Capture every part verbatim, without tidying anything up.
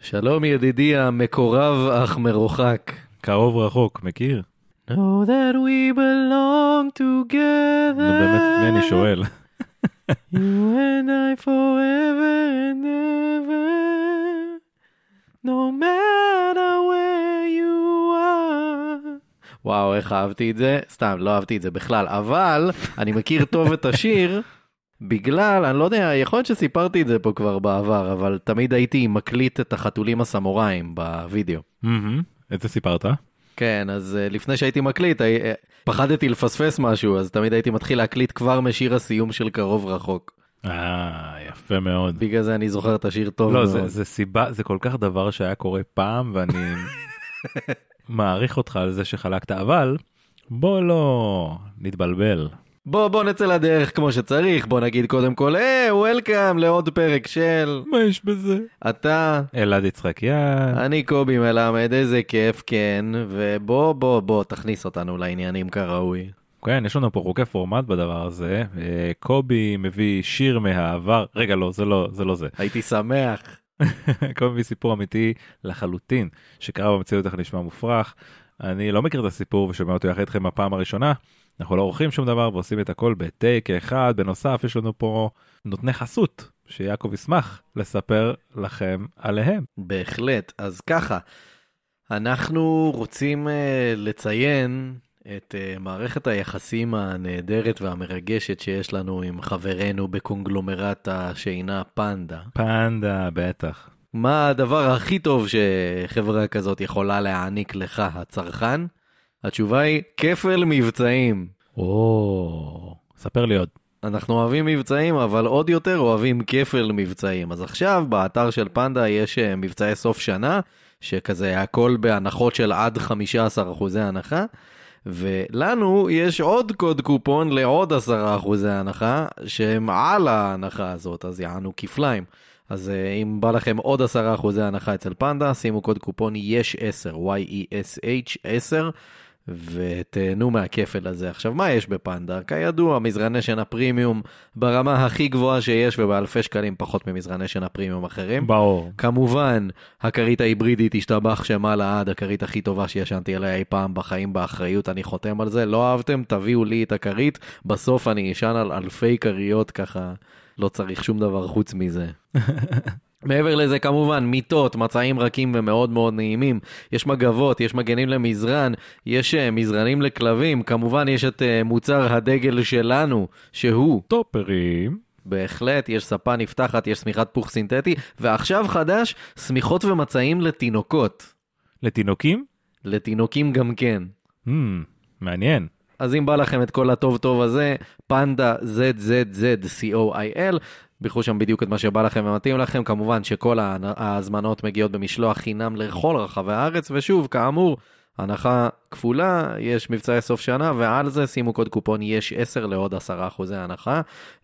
שלום ידידי המקורב אך מרוחק. קרוב רחוק, מכיר? Know that we belong together. נו באמת, מי אני שואל? You and I forever and ever. No matter where you are. וואו, איך אהבתי את זה? סתם, לא אהבתי את זה בכלל, אבל אני מכיר טוב את השיר, בגלל, אני לא יודע, יכול להיות שסיפרתי את זה פה כבר בעבר, אבל תמיד הייתי מקליט את החתולים הסמוראים בווידאו. את זה סיפרת? כן, אז uh, לפני שהייתי מקליט, הי... פחדתי לפספס משהו, אז תמיד הייתי מתחיל להקליט כבר משיר הסיום של קרוב רחוק. אה, יפה מאוד. בגלל זה אני זוכר את השיר טוב לא, מאוד. זה, זה סיבה, זה כל כך דבר שהיה קורה פעם, ואני מעריך אותך על זה שחלקת, אבל בוא לא נתבלבל. בוא, בוא נצא לדרך כמו שצריך, בוא נגיד קודם כל, אה, וולקאם לעוד פרק של... מה יש בזה? אתה... אלעד יצחקיאן. אני קובי מלמד, איזה כיף, כן, ובוא, בוא, בוא, תכניס אותנו לעניינים כראוי. כן, יש לנו פה חוקי פורמט בדבר הזה. קובי מביא שיר מהעבר. רגע, לא, זה לא, זה לא זה. הייתי שמח. קובי מביא סיפור אמיתי לחלוטין, שקרה במציאות איך נשמע מופרך. אני לא מכיר את הסיפור ושומע אותו יחד איתכם הפעם הראשונה. אנחנו לא עורכים שום דבר ועושים את הכל בטייק אחד. בנוסף, יש לנו פה נותני חסות, שיעקב ישמח לספר לכם עליהם. בהחלט. אז ככה, אנחנו רוצים uh, לציין את uh, מערכת היחסים הנהדרת והמרגשת שיש לנו עם חברנו בקונגלומרט השינה פנדה. פנדה, בטח. מה הדבר הכי טוב שחברה כזאת יכולה להעניק לך, הצרכן? התשובה היא כפל מבצעים. או, ספר לי עוד. אנחנו אוהבים מבצעים, אבל עוד יותר אוהבים כפל מבצעים. אז עכשיו באתר של פנדה יש מבצעי סוף שנה, שכזה הכל בהנחות של עד חמישה עשר אחוזי הנחה, ולנו יש עוד קוד קופון לעוד עשרה אחוזי הנחה, שהם על ההנחה הזאת, אז יענו כפליים. אז אם בא לכם עוד עשרה אחוזי הנחה אצל פנדה, שימו קוד קופון יש עשר, Y-E-S-H עשר, ותהנו מהכפל הזה. עכשיו, מה יש בפנדה? כידוע, מזרני שינה פרימיום ברמה הכי גבוהה שיש, ובאלפי שקלים פחות ממזרני שינה פרימיום אחרים. ברור. כמובן, הכרית ההיברידית השתבח שמה לעד, הכרית הכי טובה שישנתי עליה אי פעם בחיים באחריות, אני חותם על זה. לא אהבתם? תביאו לי את הכרית. בסוף אני ישן על אלפי כריות, ככה לא צריך שום דבר חוץ מזה. מעבר לזה כמובן מיטות, מצעים רכים ומאוד מאוד נעימים, יש מגבות, יש מגנים למזרן, יש uh, מזרנים לכלבים, כמובן יש את uh, מוצר הדגל שלנו, שהוא טופרים. בהחלט, יש ספה נפתחת, יש סמיכת פוך סינתטי, ועכשיו חדש, סמיכות ומצעים לתינוקות. לתינוקים? לתינוקים גם כן. Hmm, מעניין. אז אם בא לכם את כל הטוב טוב הזה, פנדה Z Z Z C O I L, ביחו שם בדיוק את מה שבא לכם ומתאים לכם, כמובן שכל ההזמנות מגיעות במשלוח חינם לכל רחבי הארץ, ושוב, כאמור, הנחה כפולה, יש מבצעי סוף שנה, ועל זה שימו קוד קופון יש עשר לעוד עשרה אחוזי הנחה,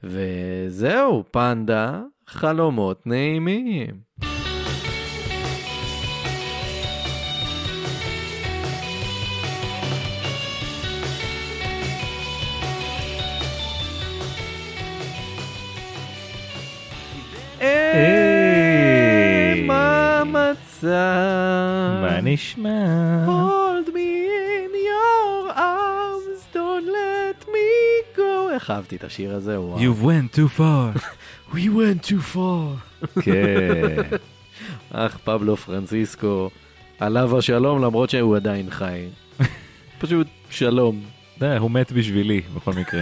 וזהו, פנדה, חלומות נעימים. היי, מה מצב? מה נשמע? Hold me in your arms, don't let me go. איך אהבתי את השיר הזה, וואו. You went too far. We went too far. כן. אך פבלו פרנסיסקו, עליו השלום למרות שהוא עדיין חי. פשוט שלום. הוא מת בשבילי, בכל מקרה.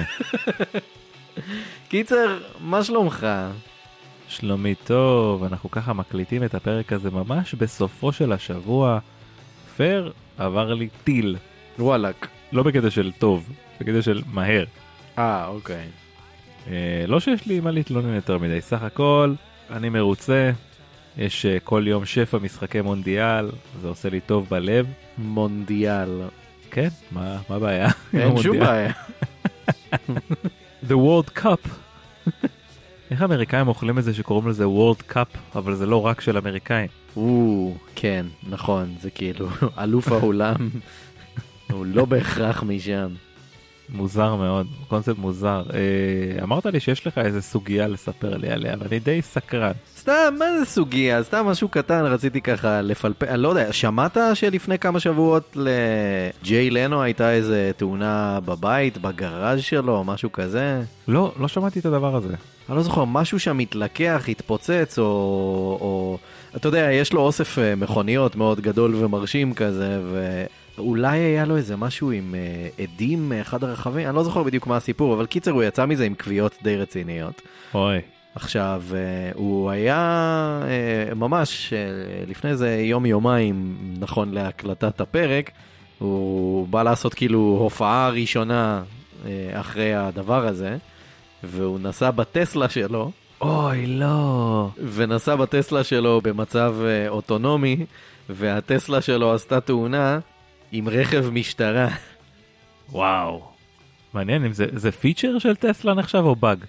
קיצר, מה שלומך? שלומי טוב, אנחנו ככה מקליטים את הפרק הזה ממש בסופו של השבוע. פר עבר לי טיל. וואלק. לא בקטע של טוב, בקטע של מהר. אה, אוקיי. אה, לא שיש לי מה להתלונן יותר מדי, סך הכל אני מרוצה. יש uh, כל יום שפע משחקי מונדיאל, זה עושה לי טוב בלב. מונדיאל. כן, מה, מה הבעיה? אין שום בעיה. The World Cup. איך האמריקאים אוכלים את זה שקוראים לזה World Cup, אבל זה לא רק של אמריקאים. או, כן, נכון, זה כאילו אלוף העולם, הוא לא בהכרח משם. מוזר מאוד, קונספט מוזר. אה, אמרת לי שיש לך איזה סוגיה לספר לי עליה, ואני די סקרן. סתם, מה זה סוגיה? סתם משהו קטן, רציתי ככה לפלפל, אני לא יודע, שמעת שלפני כמה שבועות לג'יי לנו הייתה איזה תאונה בבית, בגראז' שלו, משהו כזה? לא, לא שמעתי את הדבר הזה. אני לא זוכר, משהו שם מתלקח, התפוצץ, או, או... אתה יודע, יש לו אוסף מכוניות מאוד גדול ומרשים כזה, ואולי היה לו איזה משהו עם עדים מאחד הרכבים, אני לא זוכר בדיוק מה הסיפור, אבל קיצר הוא יצא מזה עם קביעות די רציניות. אוי. עכשיו, הוא היה ממש לפני איזה יום-יומיים, נכון להקלטת הפרק, הוא בא לעשות כאילו הופעה ראשונה אחרי הדבר הזה, והוא נסע בטסלה שלו. אוי, לא. ונסע בטסלה שלו במצב אוטונומי, והטסלה שלו עשתה תאונה עם רכב משטרה. וואו. מעניין אם זה, זה פיצ'ר של טסלה נחשב או באג?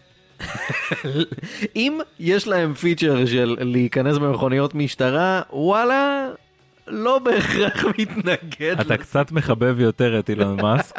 אם יש להם פיצ'ר של להיכנס במכוניות משטרה, וואלה, לא בהכרח מתנגד. אתה קצת מחבב יותר את אילון מאסק.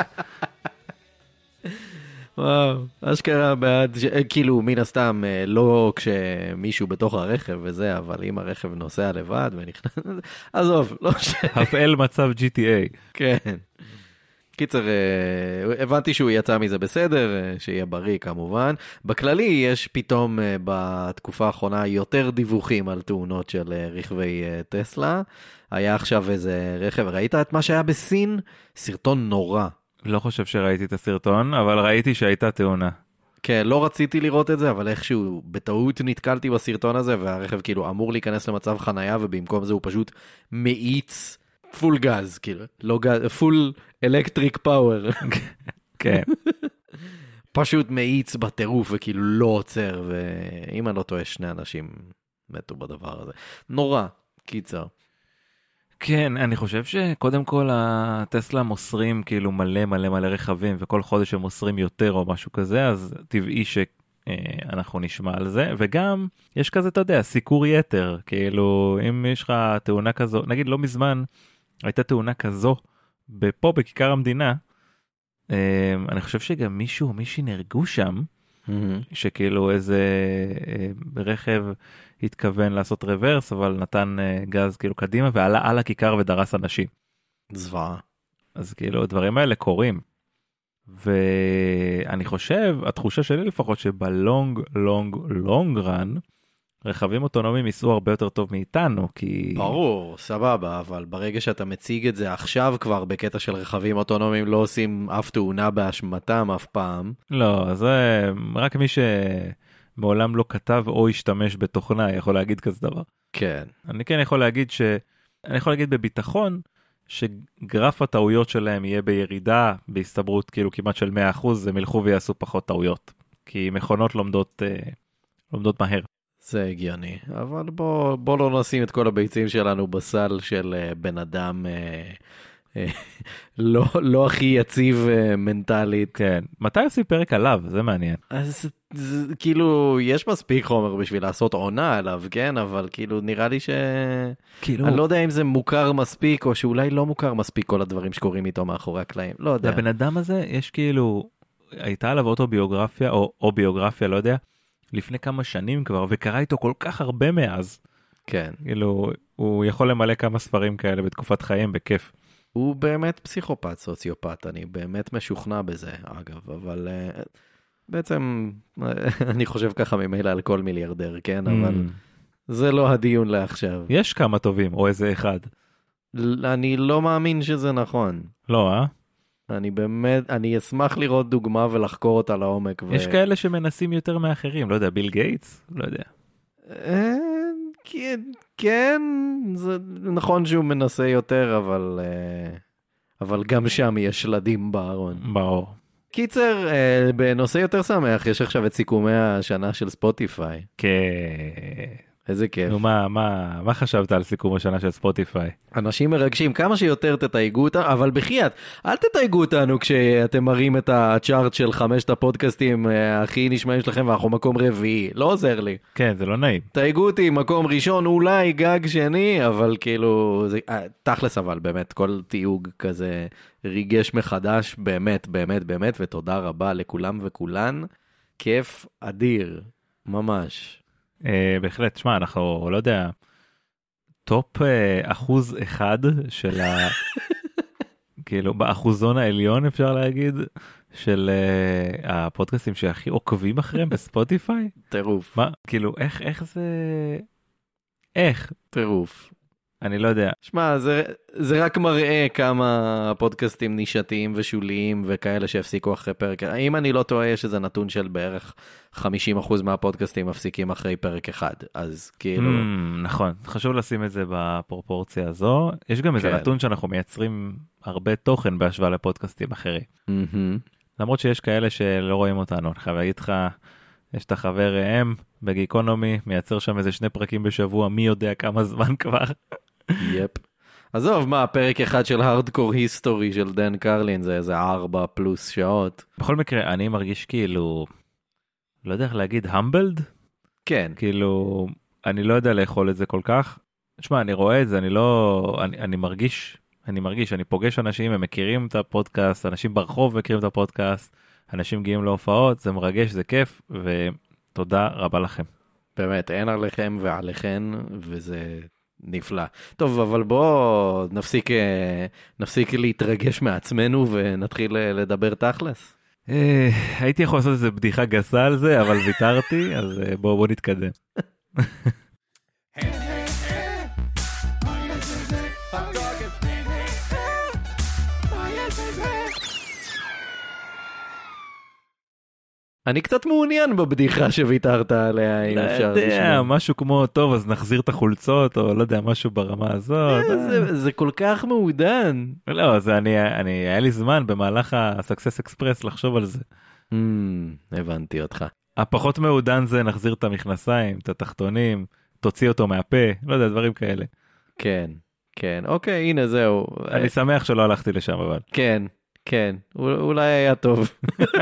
וואו, אשכרה בעד, כאילו מן הסתם לא כשמישהו בתוך הרכב וזה, אבל אם הרכב נוסע לבד ונכנס, עזוב, לא ש... הפעל מצב ג'י טי איי. כן. קיצר, הבנתי שהוא יצא מזה בסדר, שיהיה בריא כמובן. בכללי יש פתאום בתקופה האחרונה יותר דיווחים על תאונות של רכבי טסלה. היה עכשיו איזה רכב, ראית את מה שהיה בסין? סרטון נורא. לא חושב שראיתי את הסרטון, אבל ראיתי שהייתה תאונה. כן, לא רציתי לראות את זה, אבל איכשהו בטעות נתקלתי בסרטון הזה, והרכב כאילו אמור להיכנס למצב חנייה, ובמקום זה הוא פשוט מאיץ פול גז, כאילו, לא גז, פול אלקטריק פאוור. כן. פשוט מאיץ בטירוף, וכאילו לא עוצר, ואם אני לא טועה, שני אנשים מתו בדבר הזה. נורא, קיצר. כן, אני חושב שקודם כל הטסלה מוסרים כאילו מלא מלא מלא רכבים, וכל חודש הם מוסרים יותר או משהו כזה, אז טבעי שאנחנו נשמע על זה, וגם יש כזה, אתה יודע, סיקור יתר, כאילו אם יש לך תאונה כזו, נגיד לא מזמן הייתה תאונה כזו, פה בכיכר המדינה, אני חושב שגם מישהו או מישהי נהרגו שם, שכאילו איזה רכב התכוון לעשות רוורס, אבל נתן גז כאילו קדימה, ועלה על הכיכר ודרס אנשים. זוועה. אז כאילו הדברים האלה קורים. ואני חושב, התחושה שלי לפחות, שבלונג, לונג, לונג רן, רכבים אוטונומיים ייסעו הרבה יותר טוב מאיתנו, כי... ברור, סבבה, אבל ברגע שאתה מציג את זה עכשיו כבר בקטע של רכבים אוטונומיים, לא עושים אף תאונה באשמתם אף פעם. לא, זה רק מי שמעולם לא כתב או השתמש בתוכנה יכול להגיד כזה דבר. כן. אני כן יכול להגיד ש... אני יכול להגיד בביטחון, שגרף הטעויות שלהם יהיה בירידה, בהסתברות כאילו כמעט של מאה אחוז, הם ילכו ויעשו פחות טעויות. כי מכונות לומדות, לומדות מהר. זה הגיוני, אבל בוא, בוא לא נשים את כל הביצים שלנו בסל של uh, בן אדם uh, uh, לא, לא הכי יציב uh, מנטלית. כן, מתי עושים פרק עליו? זה מעניין. אז זה, כאילו, יש מספיק חומר בשביל לעשות עונה עליו, כן? אבל כאילו, נראה לי ש... כאילו... אני לא יודע אם זה מוכר מספיק, או שאולי לא מוכר מספיק כל הדברים שקורים איתו מאחורי הקלעים. לא יודע. לבן אדם הזה יש כאילו, הייתה עליו אוטוביוגרפיה, או, או ביוגרפיה, לא יודע, לפני כמה שנים כבר, וקרא איתו כל כך הרבה מאז. כן. כאילו, הוא יכול למלא כמה ספרים כאלה בתקופת חיים, בכיף. הוא באמת פסיכופת, סוציופת, אני באמת משוכנע בזה, אגב, אבל uh, בעצם, אני חושב ככה ממילא על כל מיליארדר, כן? Mm. אבל זה לא הדיון לעכשיו. יש כמה טובים, או איזה אחד. אני לא מאמין שזה נכון. לא, אה? אני באמת, אני אשמח לראות דוגמה ולחקור אותה לעומק. יש ו... כאלה שמנסים יותר מאחרים, לא יודע, ביל גייטס? לא יודע. כן, כן, זה נכון שהוא מנסה יותר, אבל, אבל גם שם יש שלדים בארון. ברור. קיצר, בנושא יותר שמח, יש עכשיו את סיכומי השנה של ספוטיפיי. כן. איזה כיף. נו, מה, מה, מה חשבת על סיכום השנה של ספוטיפיי? אנשים מרגשים, כמה שיותר תתייגו אותנו, אבל בחייאת, אל תתייגו אותנו כשאתם מראים את הצ'ארט של חמשת הפודקאסטים הכי נשמעים שלכם, ואנחנו מקום רביעי, לא עוזר לי. כן, זה לא נעים. תייגו אותי מקום ראשון, אולי גג שני, אבל כאילו, זה, תכלס אבל באמת, כל תיוג כזה ריגש מחדש, באמת, באמת, באמת, ותודה רבה לכולם וכולן, כיף אדיר, ממש. Uh, בהחלט, שמה, אנחנו, לא יודע, טופ uh, אחוז אחד של ה... כאילו, באחוזון העליון אפשר להגיד, של uh, הפודקאסטים שהכי עוקבים אחריהם בספוטיפיי. טירוף. מה, כאילו, איך, איך זה... איך? טירוף. אני לא יודע. שמע, זה, זה רק מראה כמה פודקאסטים נישתיים ושוליים וכאלה שהפסיקו אחרי פרק. אם אני לא טועה, יש איזה נתון של בערך חמישים אחוז מהפודקאסטים מפסיקים אחרי פרק אחד. אז כאילו... Mm, נכון, חשוב לשים את זה בפרופורציה הזו. יש גם איזה כן. נתון שאנחנו מייצרים הרבה תוכן בהשוואה לפודקאסטים אחרים. Mm-hmm. למרות שיש כאלה שלא רואים אותנו. אני חייב להגיד לך, יש את החבר ראם בגיקונומי, מייצר שם איזה שני פרקים בשבוע, מי יודע כמה זמן כבר. יפ. עזוב, מה, פרק אחד של הארדקור היסטורי של דן קרלין, זה איזה ארבע פלוס שעות. בכל מקרה, אני מרגיש כאילו, לא יודע איך להגיד, המבלד? כן. כאילו, אני לא יודע לאכול את זה כל כך. תשמע, אני רואה את זה, אני לא, אני, אני מרגיש, אני מרגיש, אני פוגש אנשים, הם מכירים את הפודקאסט, אנשים ברחוב מכירים את הפודקאסט, אנשים מגיעים להופעות, זה מרגש, זה כיף, ותודה רבה לכם. באמת, אין עליכם ועליכן, וזה... נפלא. טוב, אבל בוא נפסיק, נפסיק להתרגש מעצמנו ונתחיל לדבר תכלס. הייתי יכול לעשות איזה בדיחה גסה על זה, אבל ויתרתי, אז בואו בוא נתקדם. אני קצת מעוניין בבדיחה שוויתרת עליה, אם אפשר לשמוע. לא יודע, משהו כמו, טוב, אז נחזיר את החולצות, או לא יודע, משהו ברמה הזאת. זה כל כך מעודן. לא, זה אני, אני, היה לי זמן במהלך ה-Success Express לחשוב על זה. הבנתי אותך. הפחות מעודן זה נחזיר את המכנסיים, את התחתונים, תוציא אותו מהפה, לא יודע, דברים כאלה. כן, כן, אוקיי, הנה זהו. אני שמח שלא הלכתי לשם, אבל. כן, כן, אולי היה טוב.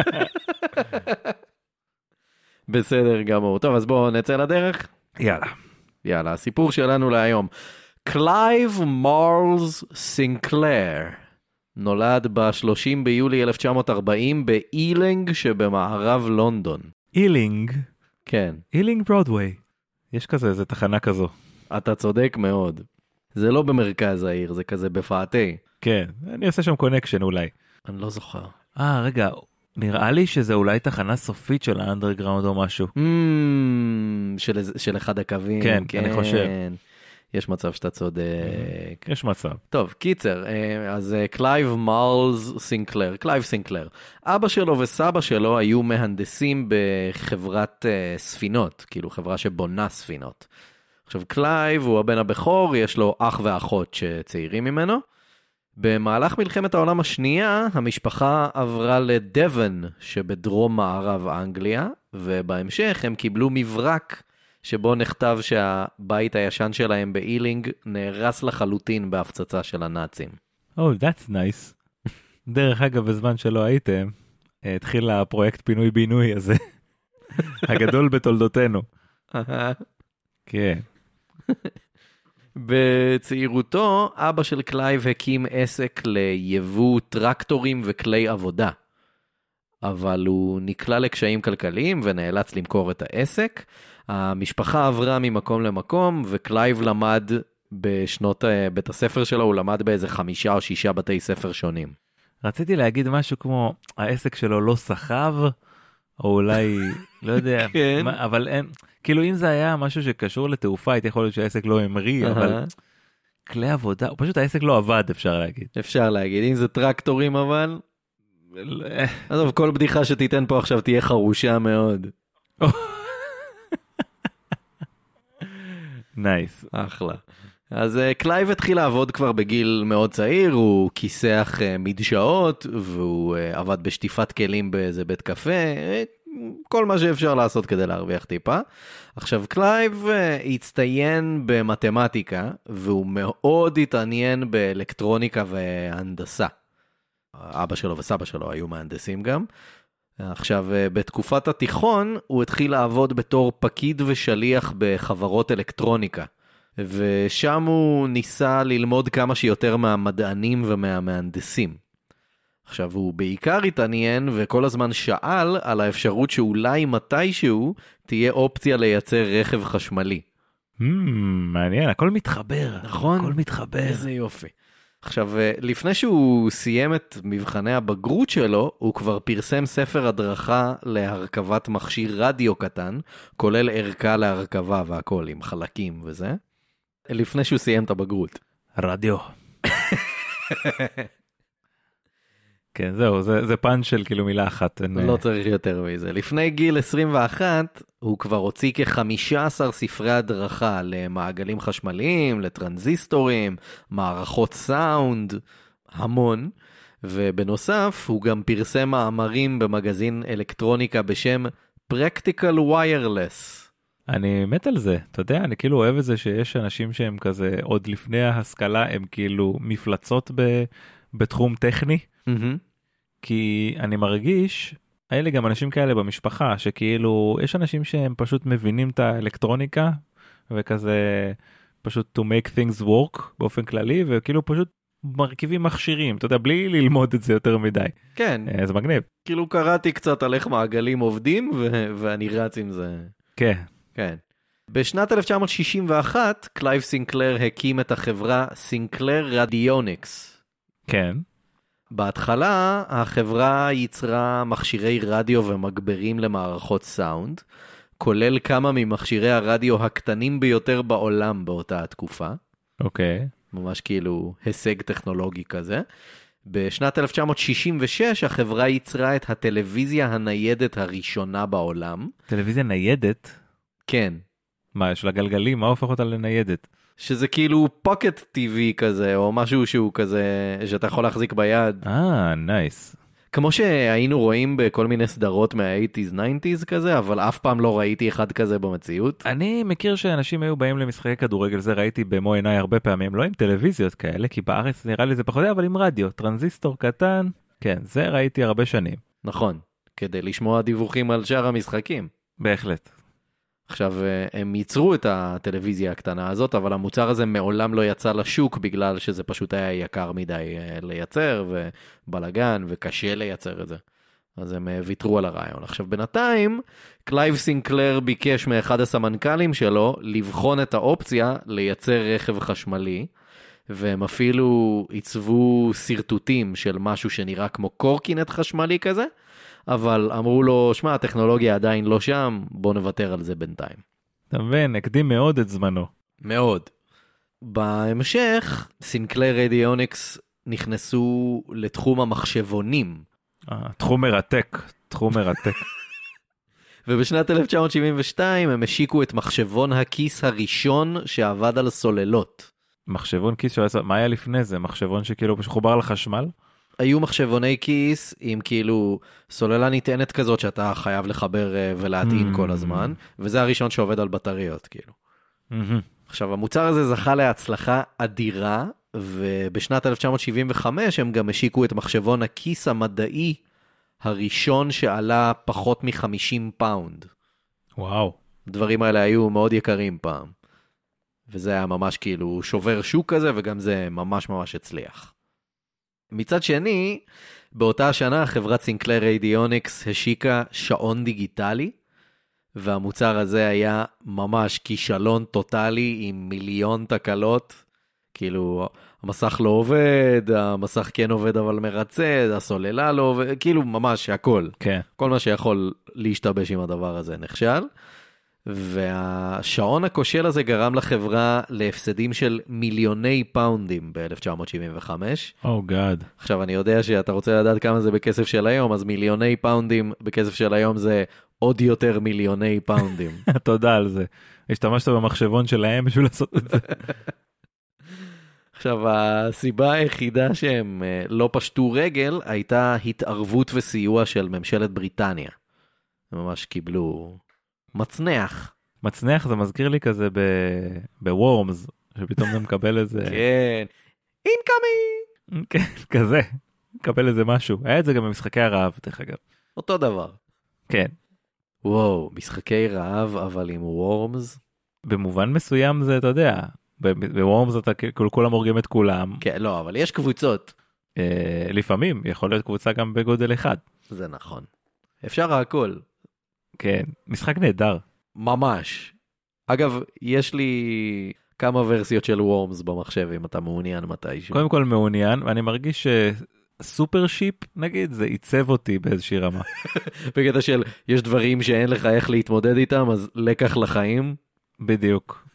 בסדר גמור. טוב, אז בואו נצא לדרך. יאללה. יאללה, הסיפור שלנו להיום. קלייב מרלס סינקלר נולד ב-שלושים ביולי אלף תשע מאות ארבעים באילינג שבמערב לונדון. אילינג? כן. אילינג ברודווי. יש כזה, איזה תחנה כזו. אתה צודק מאוד. זה לא במרכז העיר, זה כזה בפאתי. כן, אני עושה שם קונקשן אולי. אני לא זוכר. אה, רגע, נראה לי שזה אולי תחנה סופית של האנדרגראונד או משהו. Mm, של, של אחד הקווים. כן, כן, אני חושב. יש מצב שאתה צודק. יש מצב. טוב, קיצר, אז קלייב מרלס סינקלר, קלייב סינקלר. אבא שלו וסבא שלו היו מהנדסים בחברת ספינות, כאילו חברה שבונה ספינות. עכשיו, קלייב הוא הבן הבכור, יש לו אח ואחות שצעירים ממנו. במהלך מלחמת העולם השנייה, המשפחה עברה לדבן שבדרום מערב אנגליה, ובהמשך הם קיבלו מברק שבו נכתב שהבית הישן שלהם באילינג נהרס לחלוטין בהפצצה של הנאצים. Oh, that's nice. דרך אגב, בזמן שלא הייתם, התחיל הפרויקט פינוי-בינוי הזה, הגדול בתולדותינו. כן. בצעירותו, אבא של קלייב הקים עסק ליבוא טרקטורים וכלי עבודה. אבל הוא נקלע לקשיים כלכליים ונאלץ למכור את העסק. המשפחה עברה ממקום למקום, וקלייב למד בשנות בית הספר שלו, הוא למד באיזה חמישה או שישה בתי ספר שונים. רציתי להגיד משהו כמו, העסק שלו לא סחב, או אולי, לא יודע, כן. מה, אבל אין, כאילו אם זה היה משהו שקשור לתעופה, הייתי יכול להיות שהעסק לא המריא, אבל כלי עבודה, פשוט העסק לא עבד, אפשר להגיד. אפשר להגיד, אם זה טרקטורים אבל, עזוב, כל בדיחה שתיתן פה עכשיו תהיה חרושה מאוד. נייס. אחלה. אז קלייב התחיל לעבוד כבר בגיל מאוד צעיר, הוא כיסח מדשאות, והוא עבד בשטיפת כלים באיזה בית קפה, כל מה שאפשר לעשות כדי להרוויח טיפה. עכשיו, קלייב הצטיין במתמטיקה, והוא מאוד התעניין באלקטרוניקה והנדסה. אבא שלו וסבא שלו היו מהנדסים גם. עכשיו, בתקופת התיכון הוא התחיל לעבוד בתור פקיד ושליח בחברות אלקטרוניקה, ושם הוא ניסה ללמוד כמה שיותר מהמדענים ומהמהנדסים. עכשיו, הוא בעיקר התעניין וכל הזמן שאל על האפשרות שאולי מתישהו תהיה אופציה לייצר רכב חשמלי. Hmm, מעניין, הכל מתחבר. נכון? הכל מתחבר. איזה יופי. עכשיו, לפני שהוא סיים את מבחני הבגרות שלו, הוא כבר פרסם ספר הדרכה להרכבת מכשיר רדיו קטן, כולל ערכה להרכבה והכל, עם חלקים וזה, לפני שהוא סיים את הבגרות. רדיו. כן, זהו, זה, זה פאנץ' של כאילו מילה אחת. לא צריך יותר מזה. לפני גיל עשרים ואחת, הוא כבר הוציא כ-חמישה עשר ספרי הדרכה למעגלים חשמליים, לטרנזיסטורים, מערכות סאונד, המון. ובנוסף, הוא גם פרסם מאמרים במגזין אלקטרוניקה בשם Practical Wireless. אני מת על זה, אתה יודע, אני כאילו אוהב את זה שיש אנשים שהם כזה, עוד לפני ההשכלה, הם כאילו מפלצות ב, בתחום טכני. Mm-hmm. כי אני מרגיש, היה לי גם אנשים כאלה במשפחה, שכאילו, יש אנשים שהם פשוט מבינים את האלקטרוניקה, וכזה, פשוט to make things work באופן כללי, וכאילו פשוט מרכיבים מכשירים, אתה יודע, בלי ללמוד את זה יותר מדי. כן. זה מגניב. כאילו קראתי קצת על איך מעגלים עובדים, ו- ואני רץ עם זה. כן. כן. בשנת אלף תשע מאות שישים ואחת, קלייב סינקלר הקים את החברה סינקלר רדיוניקס. כן. בהתחלה החברה ייצרה מכשירי רדיו ומגברים למערכות סאונד, כולל כמה ממכשירי הרדיו הקטנים ביותר בעולם באותה התקופה. אוקיי. ממש כאילו הישג טכנולוגי כזה. בשנת אלף תשע מאות שישים ושש החברה ייצרה את הטלוויזיה הניידת הראשונה בעולם. טלוויזיה ניידת? כן. מה, של הגלגלים? מה הופך אותה לניידת? שזה כאילו פוקט טיווי כזה, או משהו שהוא כזה, שאתה יכול להחזיק ביד. אה, נייס. כמו שהיינו רואים בכל מיני סדרות מה-שמונים תשעים כזה, אבל אף פעם לא ראיתי אחד כזה במציאות. אני מכיר שאנשים היו באים למשחקי כדורגל, זה ראיתי במו עיניי הרבה פעמים, לא עם טלוויזיות כאלה, כי בארץ נראה לי זה פחות, אבל עם רדיו, טרנזיסטור קטן, כן, זה ראיתי הרבה שנים. נכון, כדי לשמוע דיווחים על שאר המשחקים. בהחלט. עכשיו, הם ייצרו את הטלוויזיה הקטנה הזאת, אבל המוצר הזה מעולם לא יצא לשוק, בגלל שזה פשוט היה יקר מדי לייצר, ובלגן, וקשה לייצר את זה. אז הם ויתרו על הרעיון. עכשיו, בינתיים, קלייב סינקלר ביקש מאחד הסמנכלים שלו, לבחון את האופציה לייצר רכב חשמלי, והם אפילו עיצבו סרטוטים של משהו שנראה כמו קורקינט חשמלי כזה, אבל אמרו לו, שמע, הטכנולוגיה עדיין לא שם, בוא נוותר על זה בינתיים. אתה מבין, הקדים מאוד את זמנו. מאוד. בהמשך, סינקלר רדיוניקס נכנסו לתחום המחשבונים. אה, תחום מרתק, תחום מרתק. ובשנת אלף תשע מאות שבעים ושתיים הם השיקו את מחשבון הכיס הראשון שעבד על סוללות. מחשבון כיס שעבד, מה היה לפני זה? מחשבון שכאילו חובר לחשמל? היו מחשבוני כיס עם כאילו סוללה ניתנת כזאת שאתה חייב לחבר ולהטעין כל הזמן, וזה הראשון שעובד על בטריות כאילו. עכשיו המוצר הזה זכה להצלחה אדירה, ובשנת אלף תשע מאות שבעים וחמש הם גם השיקו את מחשבון הכיס המדעי הראשון שעלה פחות מ-חמישים פאונד. וואו. הדברים האלה היו מאוד יקרים פעם. וזה היה ממש כאילו שובר שוק כזה, וגם זה ממש ממש הצליח. מצד שני, באותה השנה חברת סינקלר רדיוניקס השיקה שעון דיגיטלי, והמוצר הזה היה ממש כישלון טוטלי עם מיליון תקלות, כאילו המסך לא עובד, המסך כן עובד אבל מרצה, הסוללה לא עובד, כאילו ממש הכל. כן. כל מה שיכול להשתבש עם הדבר הזה נכשל. והשעון הכושל הזה גרם לחברה להפסדים של מיליוני פאונדים ב-אלף תשע מאות שבעים וחמש. או גאד. עכשיו אני יודע שאתה רוצה לדעת כמה זה בכסף של היום, אז מיליוני פאונדים בכסף של היום זה עוד יותר מיליוני פאונדים. תודה על זה. השתמשת במחשבון שלהם בשביל לעשות את זה. עכשיו הסיבה היחידה שהם לא פשטו רגל הייתה התערבות וסיוע של ממשלת בריטניה. הם ממש קיבלו מצנח. מצנח זה מזכיר לי כזה בוורמס, שפתאום זה מקבל איזה... כן, אינקאמינג! כן, כזה, מקבל איזה משהו. היה את זה גם במשחקי הרעב, דרך אגב. אותו דבר. כן. וואו, משחקי רעב, אבל עם וורמס. במובן מסוים זה, אתה יודע, בוורמס אתה כולם הורגים את כולם. כן, לא, אבל יש קבוצות. אה, לפעמים, יכול להיות קבוצה גם בגודל אחד. זה נכון. אפשר הכל. כן, משחק נהדר. ממש. אגב, יש לי כמה ורסיות של וורמס במחשב, אם אתה מעוניין מתישהו. קודם כל מעוניין, ואני מרגיש שסופר שיפ, נגיד, זה עיצב אותי באיזושהי רמה. בקטע של, יש דברים שאין לך איך להתמודד איתם, אז לקח לחיים. בדיוק.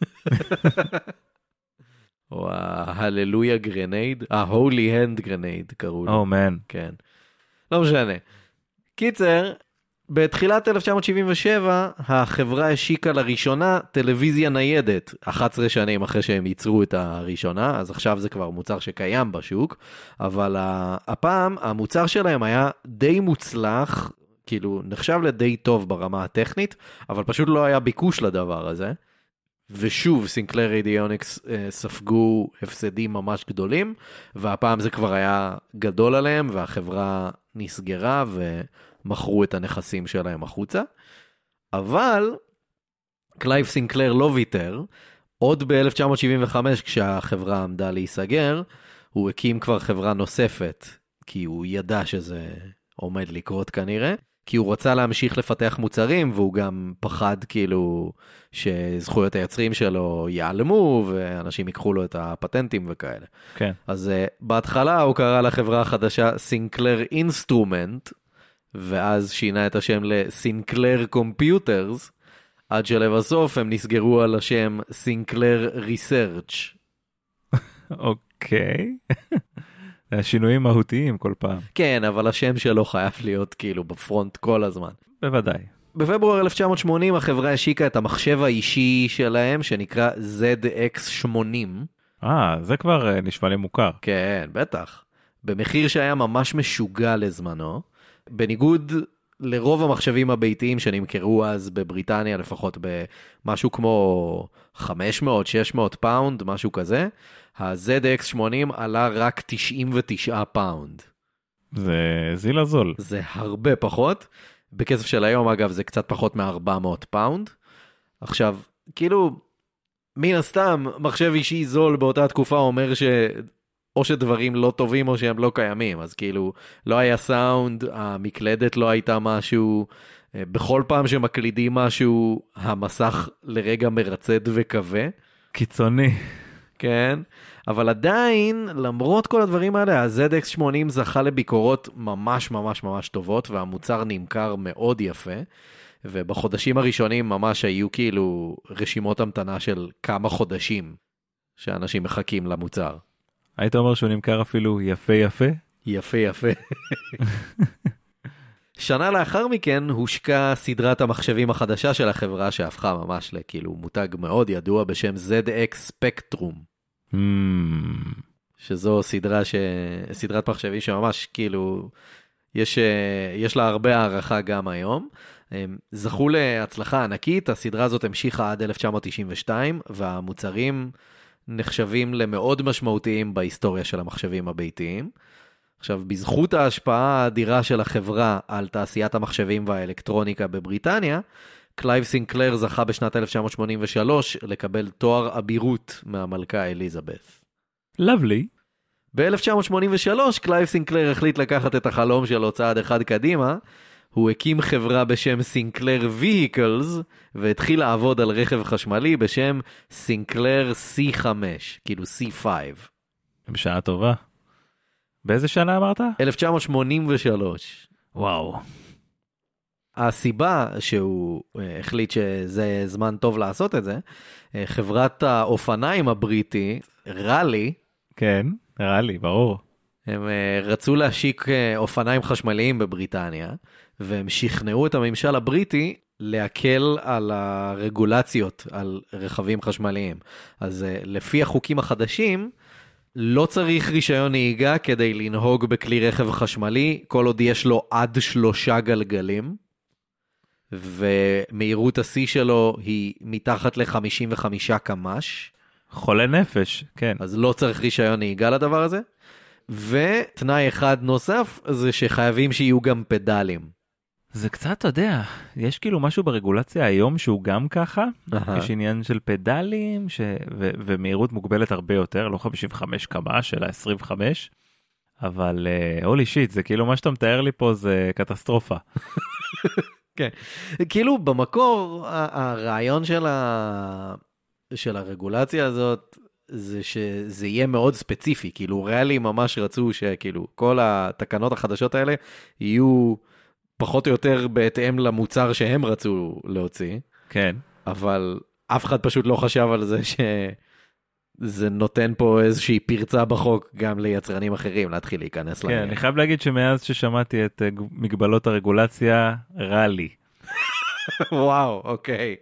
או ההללויה גרנייד, ה-Holy Hand גרנייד קראו לו. או מן. כן. לא משנה. קיצר, בתחילת אלף תשע מאות שבעים ושבע, החברה השיקה לראשונה טלוויזיה ניידת, אחת עשרה שנים אחרי שהם ייצרו את הראשונה, אז עכשיו זה כבר מוצר שקיים בשוק, אבל הפעם המוצר שלהם היה די מוצלח, כאילו נחשב לדי טוב ברמה הטכנית, אבל פשוט לא היה ביקוש לדבר הזה, ושוב סינקלר רדיוניקס אה, ספגו הפסדים ממש גדולים, והפעם זה כבר היה גדול עליהם, והחברה נסגרה ומכרו את הנכסים שלהם החוצה. אבל קלייב סינקלר לא ויתר, עוד ב-אלף תשע מאות שבעים וחמש כשהחברה עמדה להיסגר, הוא הקים כבר חברה נוספת, כי הוא ידע שזה עומד לקרות כנראה, כי הוא רצה להמשיך לפתח מוצרים, והוא גם פחד כאילו שזכויות היוצרים שלו ייעלמו, ואנשים ייקחו לו את הפטנטים וכאלה. כן. אז uh, בהתחלה הוא קרא לחברה החדשה סינקלר אינסטרומנט, ואז שינה את השם לסינקלר קומפיוטרס, עד שלבסוף הם נסגרו על השם סינקלר ריסרצ'. אוקיי. שינויים מהותיים כל פעם. כן, אבל השם שלו חייב להיות כאילו בפרונט כל הזמן. בוודאי. בפברואר אלף תשע מאות שמונים החברה השיקה את המחשב האישי שלהם, שנקרא זד אקס שמונים. אה, זה כבר נשמע לי מוכר. כן, בטח. במחיר שהיה ממש משוגע לזמנו, בניגוד לרוב המחשבים הביתיים שנמכרו אז בבריטניה, לפחות במשהו כמו חמש מאות שש מאות פאונד, משהו כזה, ה-זד אקס שמונים עלה רק תשעים ותשעה פאונד. זה זיל הזול. זה הרבה פחות. בכסף של היום, אגב, זה קצת פחות מ-ארבע מאות פאונד. עכשיו, כאילו, מן הסתם, מחשב אישי זול באותה תקופה אומר ש... או שדברים לא טובים או שהם לא קיימים. אז כאילו, לא היה סאונד, המקלדת לא הייתה משהו, בכל פעם שמקלידים משהו, המסך לרגע מרצד וקווה. קיצוני. כן, אבל עדיין, למרות כל הדברים האלה, ה-זד אקס שמונים זכה לביקורות ממש ממש ממש טובות, והמוצר נמכר מאוד יפה, ובחודשים הראשונים ממש היו כאילו רשימות המתנה של כמה חודשים שאנשים מחכים למוצר. היית אומר שהוא נמכר אפילו יפה יפה? יפה יפה. שנה לאחר מכן הושקה סדרת המחשבים החדשה של החברה, שהפכה ממש לכאילו מותג מאוד ידוע בשם זד אקס Spectrum. Mm. שזו סדרה ש... סדרת מחשבים שממש כאילו יש, יש לה הרבה הערכה גם היום. זכו להצלחה ענקית, הסדרה הזאת המשיכה עד אלף תשע מאות תשעים ושתיים, והמוצרים נחשבים למאוד משמעותיים בהיסטוריה של המחשבים הביתיים. עכשיו, בזכות ההשפעה האדירה של החברה על תעשיית המחשבים והאלקטרוניקה בבריטניה, קלייב סינקלר זכה בשנת אלף תשע מאות שמונים ושלוש לקבל תואר אבירות מהמלכה אליזבת. לבלי. ב-אלף תשע מאות שמונים ושלוש קלייב סינקלר החליט לקחת את החלום שלו צעד אחד קדימה, הוא הקים חברה בשם סינקלר וייקלס, והתחיל לעבוד על רכב חשמלי בשם סינקלר סי חמש, כאילו סי חמש. בשעה טובה. באיזה שנה אמרת? אלף תשע מאות שמונים ושלוש. וואו. הסיבה שהוא החליט שזה זמן טוב לעשות את זה, חברת האופניים הבריטי, ראלי, כן, ראלי, ברור. הם רצו להשיק אופניים חשמליים בבריטניה, והם שכנעו את הממשל הבריטי להקל על הרגולציות על רכבים חשמליים. אז לפי החוקים החדשים, לא צריך רישיון נהיגה כדי לנהוג בכלי רכב חשמלי, כל עוד יש לו עד שלושה גלגלים, ומהירות השיא שלו היא מתחת ל-חמישים וחמישה קמ"ש. חולה נפש, כן. אז לא צריך רישיון נהיגה לדבר הזה. ותנאי אחד נוסף זה שחייבים שיהיו גם פדלים. זה קצת, אתה יודע, יש כאילו משהו ברגולציה היום שהוא גם ככה, יש עניין של פדלים ש... ו... ומהירות מוגבלת הרבה יותר, לא חמישים וחמש קמ"ש, אלא עשרים וחמש, אבל הולי שיט, זה כאילו מה שאתה מתאר לי פה זה קטסטרופה. כן, כאילו במקור הרעיון של, ה... של הרגולציה הזאת, זה שזה יהיה מאוד ספציפי, כאילו ריאלי ממש רצו שכאילו כל התקנות החדשות האלה יהיו פחות או יותר בהתאם למוצר שהם רצו להוציא. כן. אבל אף אחד פשוט לא חשב על זה שזה נותן פה איזושהי פרצה בחוק גם ליצרנים אחרים להתחיל להיכנס להם. כן, אני חייב להגיד שמאז ששמעתי את מגבלות הרגולציה, רע לי. וואו, אוקיי.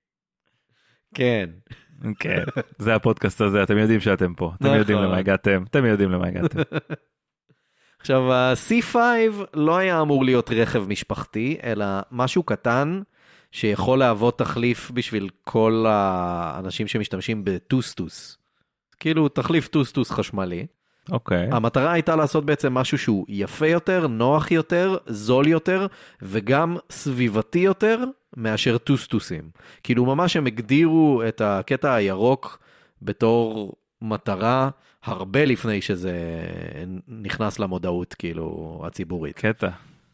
כן. כן, זה הפודקאסט הזה, אתם יודעים שאתם פה, אתם יודעים למה הגעתם, אתם יודעים למה הגעתם. עכשיו, ה-סי פייב לא היה אמור להיות רכב משפחתי, אלא משהו קטן שיכול להוות תחליף בשביל כל האנשים שמשתמשים בטוסטוס. כאילו, תחליף טוסטוס חשמלי. אוקיי. המטרה הייתה לעשות בעצם משהו שהוא יפה יותר, נוח יותר, זול יותר, וגם סביבתי יותר מאשר טוסטוסים. כאילו, ממש הם הגדירו את הקטע הירוק בתור מטרה הרבה לפני שזה נכנס למודעות, כאילו, הציבורית. קטע.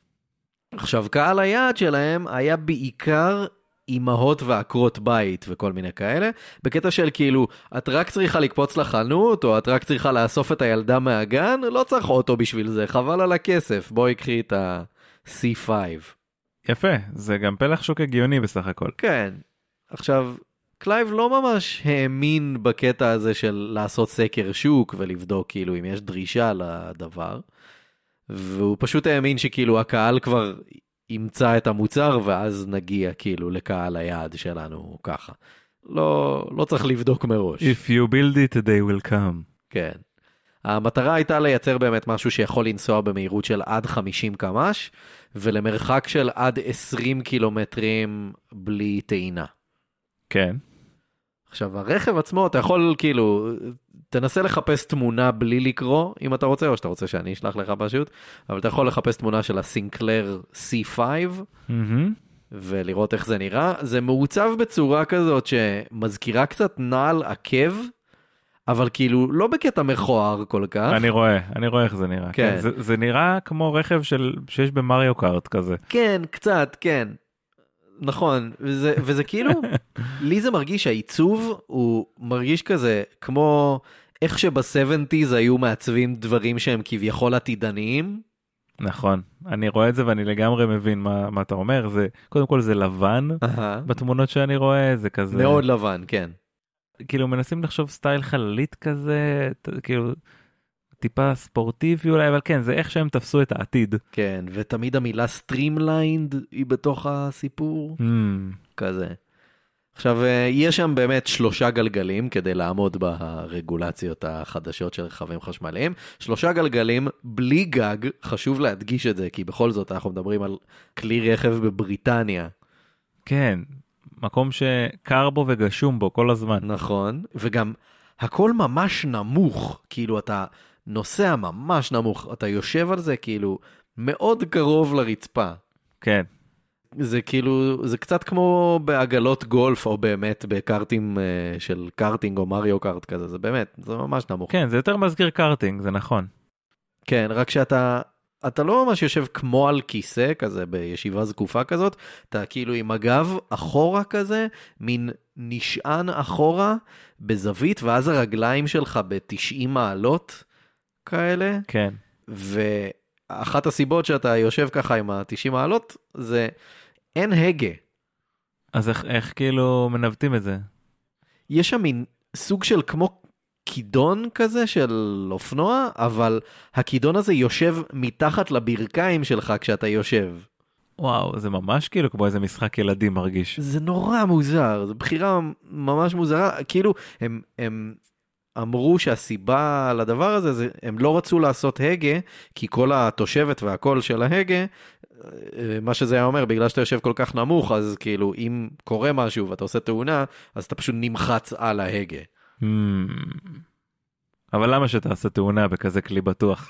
עכשיו, קהל היעד שלהם היה בעיקר אימהות ועקרות בית וכל מיני כאלה, בקטע של כאילו, את רק צריכה לקפוץ לחנות, או את רק צריכה לאסוף את הילדה מהגן, לא צריך אוטו בשביל זה, חבל על הכסף, בואי קחי את ה-סי פייב. יפה, זה גם פלח שוק הגיוני בסך הכל. כן. עכשיו, קלייב לא ממש האמין בקטע הזה של לעשות סקר שוק ולבדוק כאילו אם יש דרישה לדבר, והוא פשוט האמין שכאילו הקהל כבר ימצא את המוצר ואז נגיע כאילו לקהל היעד שלנו ככה. לא, לא צריך לבדוק מראש. If you build it, they will come. כן. המטרה הייתה לייצר באמת משהו שיכול לנסוע במהירות של עד חמישים קמ"ש, ולמרחק של עד עשרים קילומטרים בלי טעינה. כן. עכשיו, הרכב עצמו, אתה יכול כאילו, תנסה לחפש תמונה בלי לקרוא, אם אתה רוצה, או שאתה רוצה שאני אשלח לך פשוט, אבל אתה יכול לחפש תמונה של הסינקלר סי פייב, Mm-hmm. ולראות איך זה נראה. זה מעוצב בצורה כזאת שמזכירה קצת נעל עקב, אבל כאילו לא בקטע מכוער כל כך. אני רואה, אני רואה איך זה נראה. כן. כן. זה, זה נראה כמו רכב של, שיש במריו קארט כזה. כן, קצת, כן. נכון, וזה, וזה כאילו, לי זה מרגיש, העיצוב הוא מרגיש כזה, כמו איך שב-שבעים היו מעצבים דברים שהם כביכול עתידניים. נכון, אני רואה את זה ואני לגמרי מבין מה, מה אתה אומר, זה, קודם כל זה לבן, Aha. בתמונות שאני רואה, זה כזה... מאוד לבן, כן. כאילו מנסים לחשוב סטייל חללית כזה, כאילו טיפה ספורטיבי אולי, אבל כן, זה איך שהם תפסו את העתיד. כן, ותמיד המילה streamlined היא בתוך הסיפור, Mm. כזה. עכשיו, יש שם באמת שלושה גלגלים כדי לעמוד ברגולציות החדשות של רכבים חשמליים. שלושה גלגלים בלי גג, חשוב להדגיש את זה, כי בכל זאת אנחנו מדברים על כלי רכב בבריטניה. כן, מקום שקר בו וגשום בו כל הזמן. נכון, וגם הכל ממש נמוך, כאילו אתה נוסע ממש נמוך, אתה יושב על זה כאילו מאוד קרוב לרצפה. כן. זה כאילו, זה קצת כמו בעגלות גולף, או באמת בקארטים uh, של קארטינג או מריו קארט כזה, זה באמת, זה ממש נמוך. כן, זה יותר מזכיר קארטינג, זה נכון. כן, רק שאתה, אתה לא ממש יושב כמו על כיסא כזה, בישיבה זקופה כזאת, אתה כאילו עם הגב אחורה כזה, מין נשען אחורה בזווית, ואז הרגליים שלך ב-תשעים מעלות כאלה. כן. ואחת הסיבות שאתה יושב ככה עם ה-תשעים מעלות, זה אין הגה. אז איך, איך כאילו מנווטים את זה? יש שם מין סוג של כמו כידון כזה של אופנוע, אבל הכידון הזה יושב מתחת לברכיים שלך כשאתה יושב. וואו, זה ממש כאילו כמו איזה משחק ילדים מרגיש. זה נורא מוזר, זו בחירה ממש מוזרה, כאילו הם, הם אמרו שהסיבה לדבר הזה, זה, הם לא רצו לעשות הגה, כי כל התושבת והקול של ההגה, מה שזה היה אומר, בגלל שאתה יושב כל כך נמוך, אז כאילו, אם קורה משהו ואתה עושה תאונה, אז אתה פשוט נמחץ על ההגה. Hmm. אבל למה שתעשה תאונה בכזה כלי בטוח?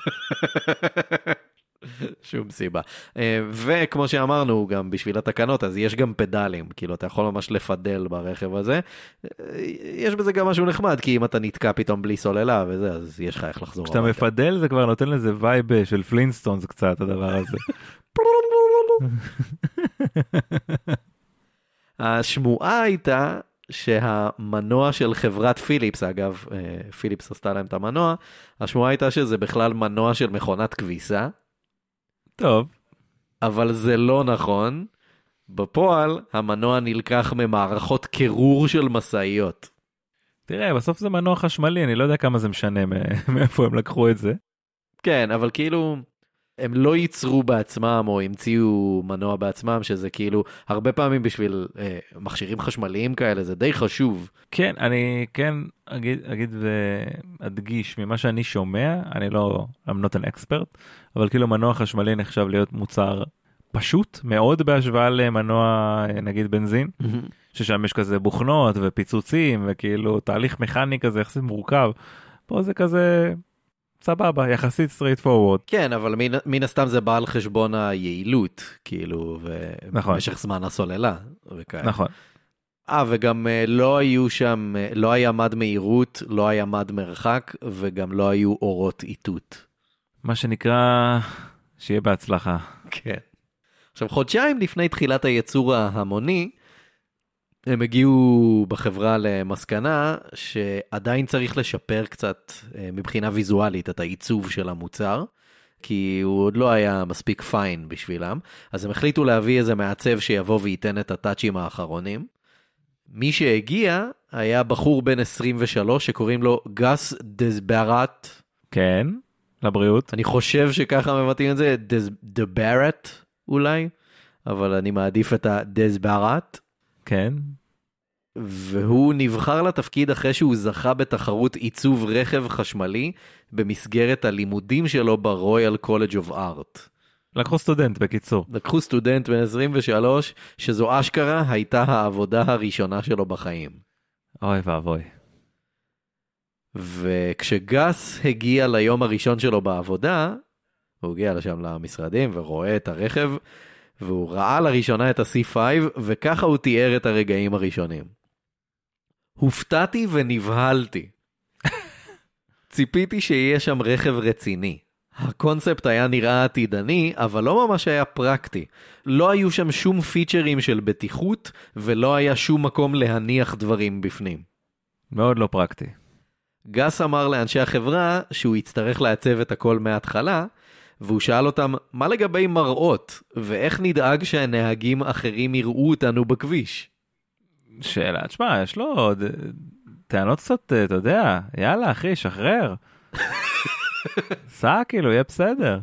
שום סיבה. וכמו שאמרנו, גם בשביל התקנות, אז יש גם פדלים, כאילו אתה יכול ממש לפדל ברכב הזה. יש בזה גם משהו נחמד, כי אם אתה נתקע פתאום בלי סוללה וזה, אז יש לך איך לחזור. כשאתה מפדל זה כבר נותן לזה וייב של פלינסטונס קצת, הדבר הזה. השמועה הייתה שהמנוע של חברת פיליפס, אגב, פיליפס עשתה להם את המנוע, השמועה הייתה שזה בכלל מנוע של מכונת כביסה. טוב. אבל זה לא נכון. בפועל, המנוע נלקח ממערכות קירור של מסעיות. תראה, בסוף זה מנוע חשמלי, אני לא יודע כמה זה משנה מאיפה הם לקחו את זה. כן, אבל כאילו, הם לא ייצרו בעצמם או המציאו מנוע בעצמם, שזה כאילו, הרבה פעמים בשביל אה, מכשירים חשמליים כאלה, זה די חשוב. כן, אני כן אגיד, אגיד ואדגיש ממה שאני שומע, אני לא, I'm not an expert, אבל כאילו מנוע חשמלי נחשב להיות מוצר פשוט מאוד בהשוואה למנוע, נגיד בנזין, mm-hmm. ששם יש כזה בוכנות ופיצוצים, וכאילו תהליך מכני כזה, יחסית מורכב. פה זה כזה סבבה, יחסית straight forward. כן, אבל מן, מן הסתם זה בא על חשבון היעילות, כאילו, נכון. במשך זמן הסוללה. וכאלה. נכון. אה, וגם לא היו שם, לא היה מד מהירות, לא היה מד מרחק, וגם לא היו אורות איתות. מה שנקרא, שיהיה בהצלחה. כן. עכשיו, חודשיים לפני תחילת הייצור ההמוני, הם הגיעו בחברה למסקנה שעדיין צריך לשפר קצת מבחינה ויזואלית את העיצוב של המוצר, כי הוא עוד לא היה מספיק פיין בשבילם, אז הם החליטו להביא איזה מעצב שיבוא וייתן את הטאצ'ים האחרונים. מי שהגיע היה בחור בן עשרים ושלוש שקוראים לו גס דזברט. כן, לבריאות. אני חושב שככה מבטאים את זה, דזברט אולי, אבל אני מעדיף את הדזברט. כן. והוא נבחר לתפקיד אחרי שהוא זכה בתחרות עיצוב רכב חשמלי במסגרת הלימודים שלו ברויאל קולג' אוף ארט. לקחו סטודנט בקיצור. לקחו סטודנט בן עשרים ושלוש, שזו אשכרה הייתה העבודה הראשונה שלו בחיים. אוי ואבוי. וכשגס הגיע ליום הראשון שלו בעבודה, הוא הגיע לשם למשרדים ורואה את הרכב, והוא ראה לראשונה את ה-סי פייב, וככה הוא תיאר את הרגעים הראשונים. הופתעתי ונבהלתי. ציפיתי שיהיה שם רכב רציני. הקונספט היה נראה עתידני, אבל לא ממש היה פרקטי. לא היו שם שום פיצ'רים של בטיחות, ולא היה שום מקום להניח דברים בפנים. מאוד לא פרקטי. גס אמר לאנשי החברה שהוא יצטרך לעצב את הכל מההתחלה, והוא שאל אותם, מה לגבי מראות, ואיך נדאג שהנהגים אחרים יראו אותנו בכביש? שאלה, תשמע, יש לו עוד טענות קצת, אתה יודע, יאללה אחי, שחרר. סע כאילו, יהיה בסדר.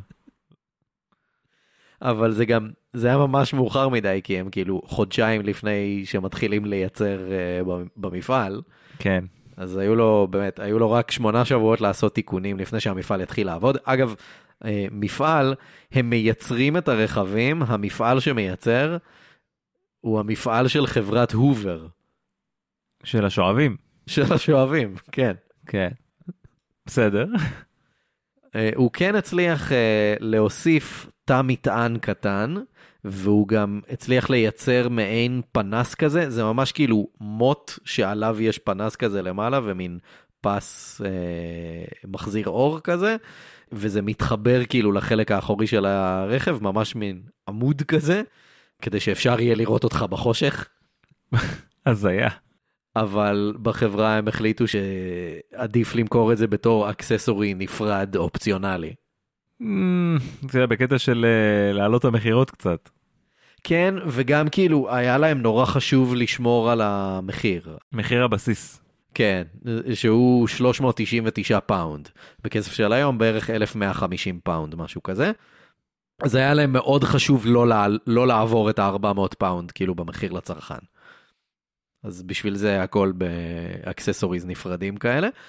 אבל זה גם, זה היה ממש מאוחר מדי, כי הם כאילו חודשיים לפני שמתחילים לייצר uh, במפעל. כן. אז היו לו, באמת, היו לו רק שמונה שבועות לעשות תיקונים לפני שהמפעל יתחיל לעבוד. אגב, uh, מפעל, הם מייצרים את הרכבים, המפעל שמייצר, הוא המפעל של חברת הובר. של השואבים. של השואבים, כן. כן. בסדר. הוא כן הצליח להוסיף תא מטען קטן, והוא גם הצליח לייצר מעין פנס כזה, זה ממש כאילו מוט שעליו יש פנס כזה למעלה, ומין פס אה, מחזיר אור כזה, וזה מתחבר כאילו לחלק האחורי של הרכב, ממש מין עמוד כזה, כדי שאפשר יהיה לראות אותך בחושך. אז היה. אבל בחברה הם החליטו שעדיף למכור את זה בתור אקססורי נפרד אופציונלי. זה בקטע של להעלות המחירות קצת. כן, וגם כאילו היה להם נורא חשוב לשמור על המחיר. מחיר הבסיס. כן, שהוא שלוש מאות תשעים ותשעה פאונד. בכסף של היום בערך אלף מאה וחמישים פאונד, משהו כזה. אז היה להם מאוד חשוב לא, לא לעבור את ה-ארבע מאות פאונד, כאילו במחיר לצרכן. אז בשביל זה הכל באקססוריז נפרדים כאלה.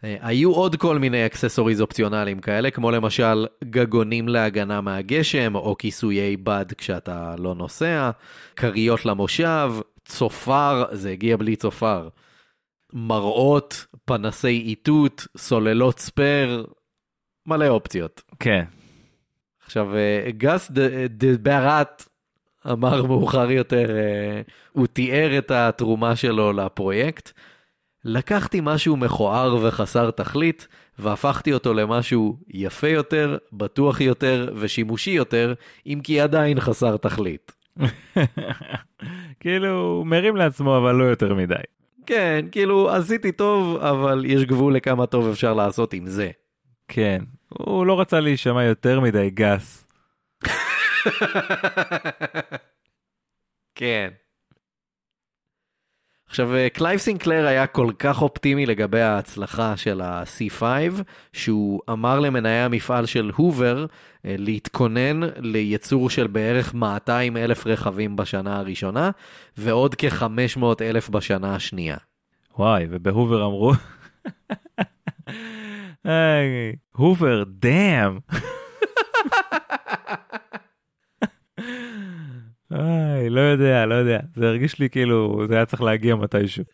היו עוד כל מיני אקססוריז אופציונליים כאלה, כמו למשל גגונים להגנה מהגשם, או כיסויי בד כשאתה לא נוסע, קריות למושב, צופר, זה הגיע בלי צופר, מראות, פנסי איתות, סוללות ספר, מלא אופציות. כן. עכשיו, גס דברת אמר מאוחר יותר, הוא תיאר את התרומה שלו לפרויקט, לקחתי משהו מכוער וחסר תכלית, והפכתי אותו למשהו יפה יותר, בטוח יותר ושימושי יותר, אם כי עדיין חסר תכלית. כאילו, הוא מרים לעצמו, אבל לא יותר מדי. כן, כאילו, עשיתי טוב, אבל יש גבול לכמה טוב אפשר לעשות עם זה. כן, הוא לא רצה להישמע יותר מדי גס. כן. עכשיו, קלייב סינקלר היה כל כך אופטימי לגבי ההצלחה של ה-סי פייב, שהוא אמר למנהי המפעל של הובר להתכונן לייצור של בערך מאתיים אלף רכבים בשנה הראשונה, ועוד כ-חמש מאות אלף בשנה השנייה. וואי, ובהובר אמרו, היי, הובר, דאם. איי, לא יודע, לא יודע. זה הרגיש לי כאילו, זה היה צריך להגיע מתישהו.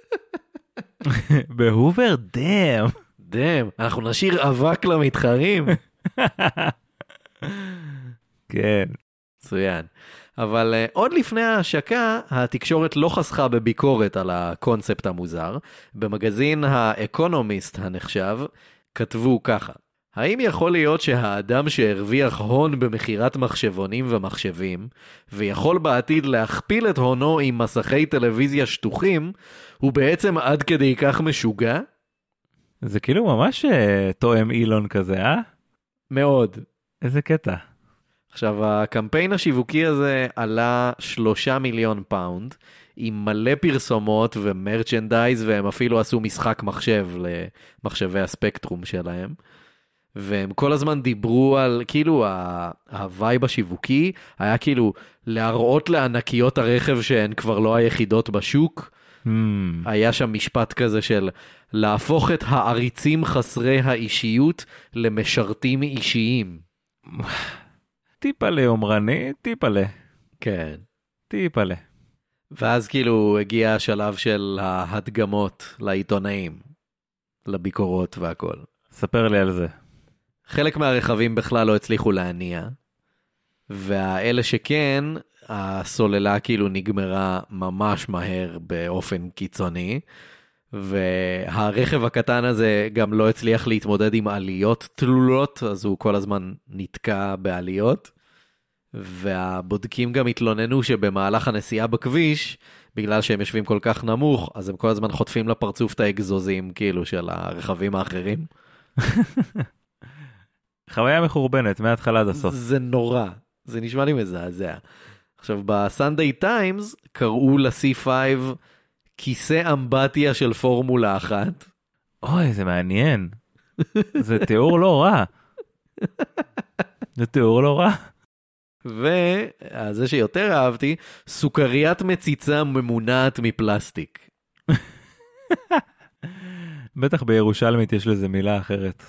בהובר, דאם. דאם, אנחנו נשאיר אבק למתחרים. כן. מצוין. אבל uh, עוד לפני ההשקה, התקשורת לא חסכה בביקורת על הקונספט המוזר. במגזין האקונומיסט הנחשב, כתבו ככה. האם יכול להיות שהאדם שהרוויח הון במחירת מחשבונים ומחשבים, ויכול בעתיד להכפיל את הונו עם מסכי טלוויזיה שטוחים, הוא בעצם עד כדי כך משוגע? זה כאילו ממש תואם אילון כזה, אה? מאוד. איזה קטע. עכשיו, הקמפיין השיווקי הזה עלה שלושה מיליון פאונד, עם מלא פרסומות ומרצ'נדייז, והם אפילו עשו משחק מחשב למחשבי הספקטרום שלהם. והם כל הזמן דיברו על, כאילו, הווייב השיווקי היה כאילו להראות לענקיות הרכב שהן כבר לא היחידות בשוק. Hmm. היה שם משפט כזה של להפוך את העריצים חסרי האישיות למשרתים אישיים. טיפה לאומרני, טיפה ל. כן. טיפה ל. ואז כאילו הגיע השלב של ההדגמות לעיתונאים, לביקורות והכל. ספר לי על זה. חלק מהרכבים בכלל לא הצליחו להניע, והאלה שכן, הסוללה כאילו נגמרה ממש מהר באופן קיצוני, והרכב הקטן הזה גם לא הצליח להתמודד עם עליות תלולות, אז הוא כל הזמן נתקע בעליות, והבודקים גם התלוננו שבמהלך הנסיעה בכביש, בגלל שהם יושבים כל כך נמוך, אז הם כל הזמן חוטפים לפרצוף את האגזוזים כאילו של הרכבים האחרים. חוויה מחורבנת, מההתחלה עד הסוף. זה נורא, זה נשמע לי מזעזע. עכשיו, בסנדיי טיימס קראו ל-סי פייב כיסא אמבטיה של פורמולה אחת. אוי, זה מעניין. זה תיאור לא רע. זה תיאור לא רע. וזה שיותר אהבתי, סוכריית מציצה ממונעת מפלסטיק. בטח בירושלמית יש לזה מילה אחרת.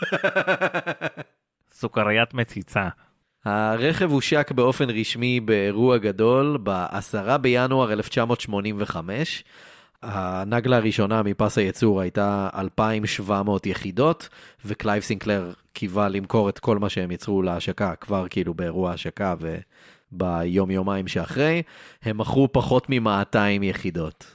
סוכריית מציצה. הרכב הושק באופן רשמי באירוע גדול ב-עשרה בינואר אלף תשע מאות שמונים וחמש. הנגלה הראשונה מפס הייצור הייתה אלפיים ושבע מאות יחידות, וקלייב סינקלר קיווה למכור את כל מה שהם יצרו להשקה, כבר כאילו באירוע השקה וביום יומיים שאחרי, הם מכרו פחות מ-מאתיים יחידות.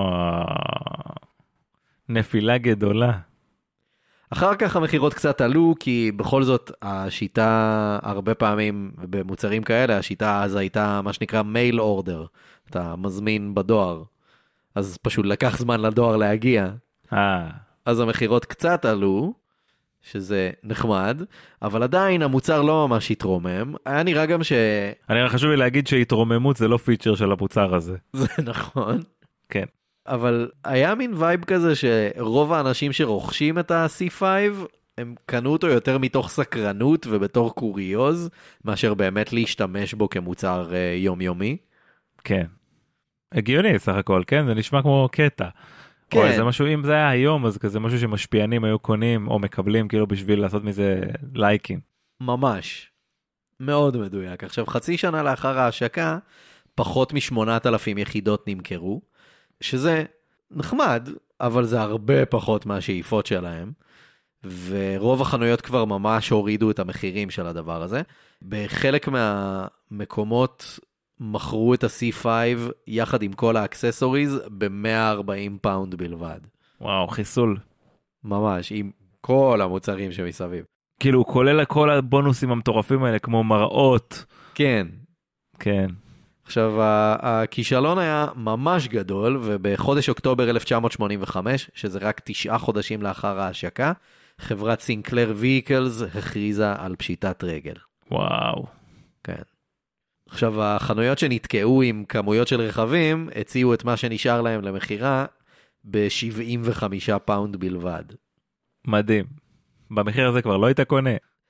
נפילה גדולה. אחר כך המחירות קצת עלו, כי בכל זאת השיטה, הרבה פעמים במוצרים כאלה, השיטה אז הייתה מה שנקרא מייל אורדר. אתה מזמין בדואר, אז פשוט לקח זמן לדואר להגיע. אה. אז המחירות קצת עלו, שזה נחמד, אבל עדיין המוצר לא ממש התרומם. היה נראה גם ש... אני רק חשוב לי להגיד שהתרוממות זה לא פיצ'ר של המוצר הזה. זה נכון. כן. אבל היה מין וייב כזה שרוב האנשים שרוכשים את ה-סי פייב, הם קנו אותו יותר מתוך סקרנות ובתור קוריוז, מאשר באמת להשתמש בו כמוצר יומיומי. כן. הגיוני סך הכל, כן? זה נשמע כמו קטע. כן. או זה משהו, אם זה היה היום, אז כזה משהו שמשפיענים היו קונים או מקבלים כאילו בשביל לעשות מזה לייקים. ממש. מאוד מדויק. עכשיו, חצי שנה לאחר ההשקה, פחות משמונת אלפים יחידות נמכרו, שזה נחמד, אבל זה הרבה פחות מהשאיפות שלהם, ורוב החנויות כבר ממש הורידו את המחירים של הדבר הזה. בחלק מהמקומות מכרו את ה-סי פייב יחד עם כל האקססוריז ב-מאה וארבעים פאונד בלבד. וואו, חיסול. ממש, עם כל המוצרים שמסביב. כאילו, כולל כל הבונוסים המטורפים האלה, כמו מראות. כן. כן. עכשיו, הכישלון היה ממש גדול, ובחודש אוקטובר אלף תשע מאות שמונים וחמש, שזה רק תשעה חודשים לאחר ההשקה, חברת סינקלר וייקלס הכריזה על פשיטת רגל. וואו. כן. עכשיו, החנויות שנתקעו עם כמויות של רכבים, הציעו את מה שנשאר להם למחירה ב-שבעים וחמישה פאונד בלבד. מדהים. במחיר הזה כבר לא היית קונה.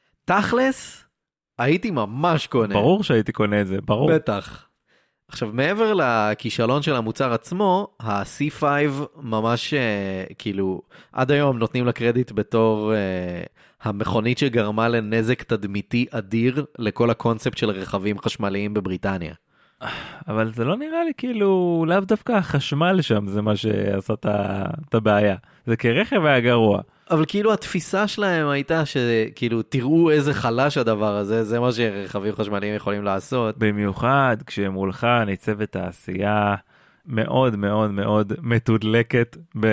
תכלס, הייתי ממש קונה. ברור שהייתי קונה את זה, ברור. בטח. עכשיו, מעבר לכישלון של המוצר עצמו, ה-סי פייב ממש, כאילו, עד היום נותנים לה קרדיט בתור uh, המכונית שגרמה לנזק תדמיתי אדיר לכל הקונספט של רכבים חשמליים בבריטניה. אבל זה לא נראה לי כאילו, לאו דווקא החשמל שם זה מה שעשה את הבעיה. זה כרכב היה גרוע. אבל כאילו התפיסה שלהם הייתה שכאילו תראו איזה חלש הדבר הזה, זה מה שרכבים חשמליים יכולים לעשות. במיוחד כשמולך ניצבת תעשייה מאוד מאוד מאוד מתודלקת ב...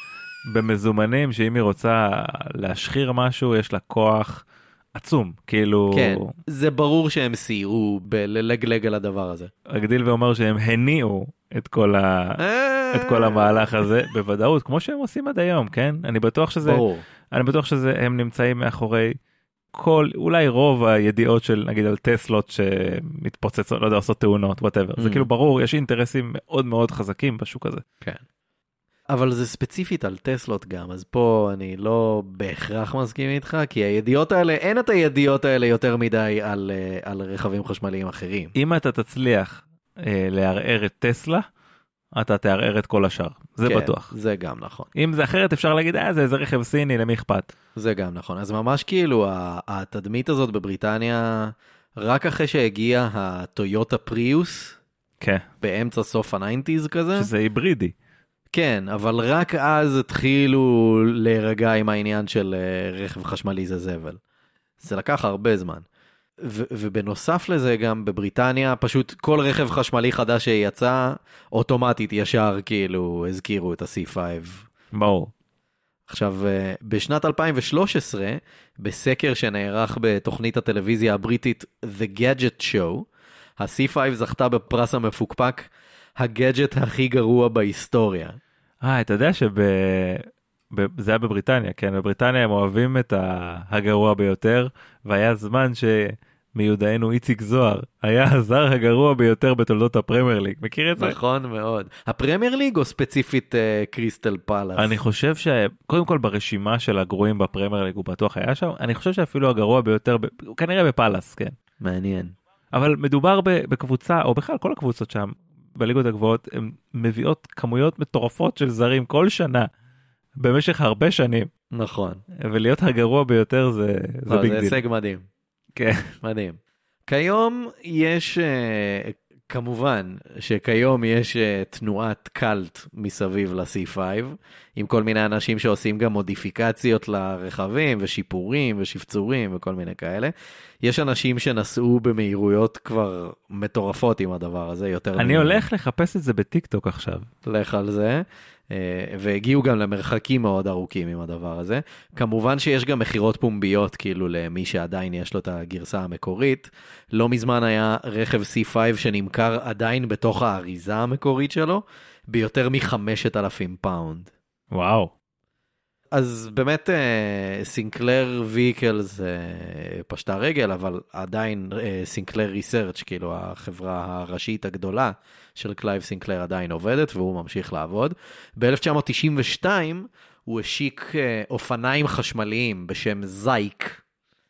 במזומנים, שאם היא רוצה להשחיר משהו יש לה כוח עצום, כאילו... כן, זה ברור שהם סייעו בלגלג על הדבר הזה. אגדיל ואומר שהם הניעו את כל, ה... את כל המהלך הזה, בוודאות, כמו שהם עושים עד היום, כן? אני בטוח שזה... ברור. אני בטוח שזה, הם נמצאים מאחורי כל, אולי רוב הידיעות של, נגיד, על טסלות שמתפוצצות, לא יודע, עושות תאונות, whatever. Mm. זה כאילו ברור, יש אינטרסים מאוד מאוד חזקים בשוק הזה. כן. אבל זה ספציפית על טסלות גם, אז פה אני לא בהכרח מסכים איתך, כי הידיעות האלה, אין את הידיעות האלה יותר מדי על, על רכבים חשמליים אחרים. אם אתה תצליח אה, לערער את טסלה, אתה תערער את כל השאר, זה כן, בטוח. זה גם נכון. אם זה אחרת אפשר להגיד, אה, זה איזה רכב סיני, למי אכפת? זה גם נכון. אז ממש כאילו, התדמית הזאת בבריטניה, רק אחרי שהגיע הטויוטה פריוס, כן. באמצע סוף ה-תשעים כזה. שזה היברידי. כן, אבל רק אז התחילו להירגע עם העניין של רכב חשמלי זה זבל. זה לקח הרבה זמן. ו- ובנוסף לזה גם בבריטניה, פשוט כל רכב חשמלי חדש שיצא, אוטומטית ישר כאילו הזכירו את ה-סי פייב. ברור. עכשיו, בשנת אלפיים ושלוש עשרה, בסקר שנערך בתוכנית הטלוויזיה הבריטית The Gadget Show, ה-סי פייב זכתה בפרס המפוקפק, הגאדג'ט הכי גרוע בהיסטוריה. אה, אתה יודע שב... זה היה בבריטניה, כן, בבריטניה הם אוהבים את הגרוע ביותר, והיה זמן שמיודענו איציק זוהר, היה הזר הגרוע ביותר בתולדות הפרמייר ליג, מכיר את זה? נכון מאוד. הפרמייר ליג או ספציפית קריסטל פלאס? אני חושב שקודם כל ברשימה של הגרועים בפרמייר ליג הוא בטוח היה שם, אני חושב שאפילו הגרוע ביותר, כנראה בפלאס, כן. מעניין. אבל מדובר בקבוצה, או בכלל כל הקבוצות שם, בליגות הגבוהות, הן מביאות כמויות מטורפות של זרים כל שנה, במשך הרבה שנים. נכון. ולהיות הגרוע ביותר זה, זה לא, ביג זה דיל. הישג מדהים. כן. מדהים. כיום יש, כמובן שכיום יש תנועת קלט מסביב ל-סי פייב, עם כל מיני אנשים שעושים גם מודיפיקציות לרכבים ושיפורים ושפצורים וכל מיני כאלה. יש אנשים שנסעו במהירויות כבר מטורפות עם הדבר הזה, יותר... אני הולך לחפש את זה בטיקטוק עכשיו. לך על זה. והגיעו גם למרחקים מאוד ארוכים עם הדבר הזה. כמובן שיש גם מחירות פומביות, כאילו למי שעדיין יש לו את הגרסה המקורית. לא מזמן היה רכב סי פייב שנמכר עדיין בתוך האריזה המקורית שלו, ביותר מ-חמשת אלפים פאונד. וואו. אז באמת סינקלר ויקלס פשטה רגל, אבל עדיין סינקלר ריסרצ', כאילו החברה הראשית הגדולה של קלייב סינקלר עדיין עובדת, והוא ממשיך לעבוד. ב-אלף תשע מאות תשעים ושתיים הוא השיק אופניים חשמליים בשם זייק,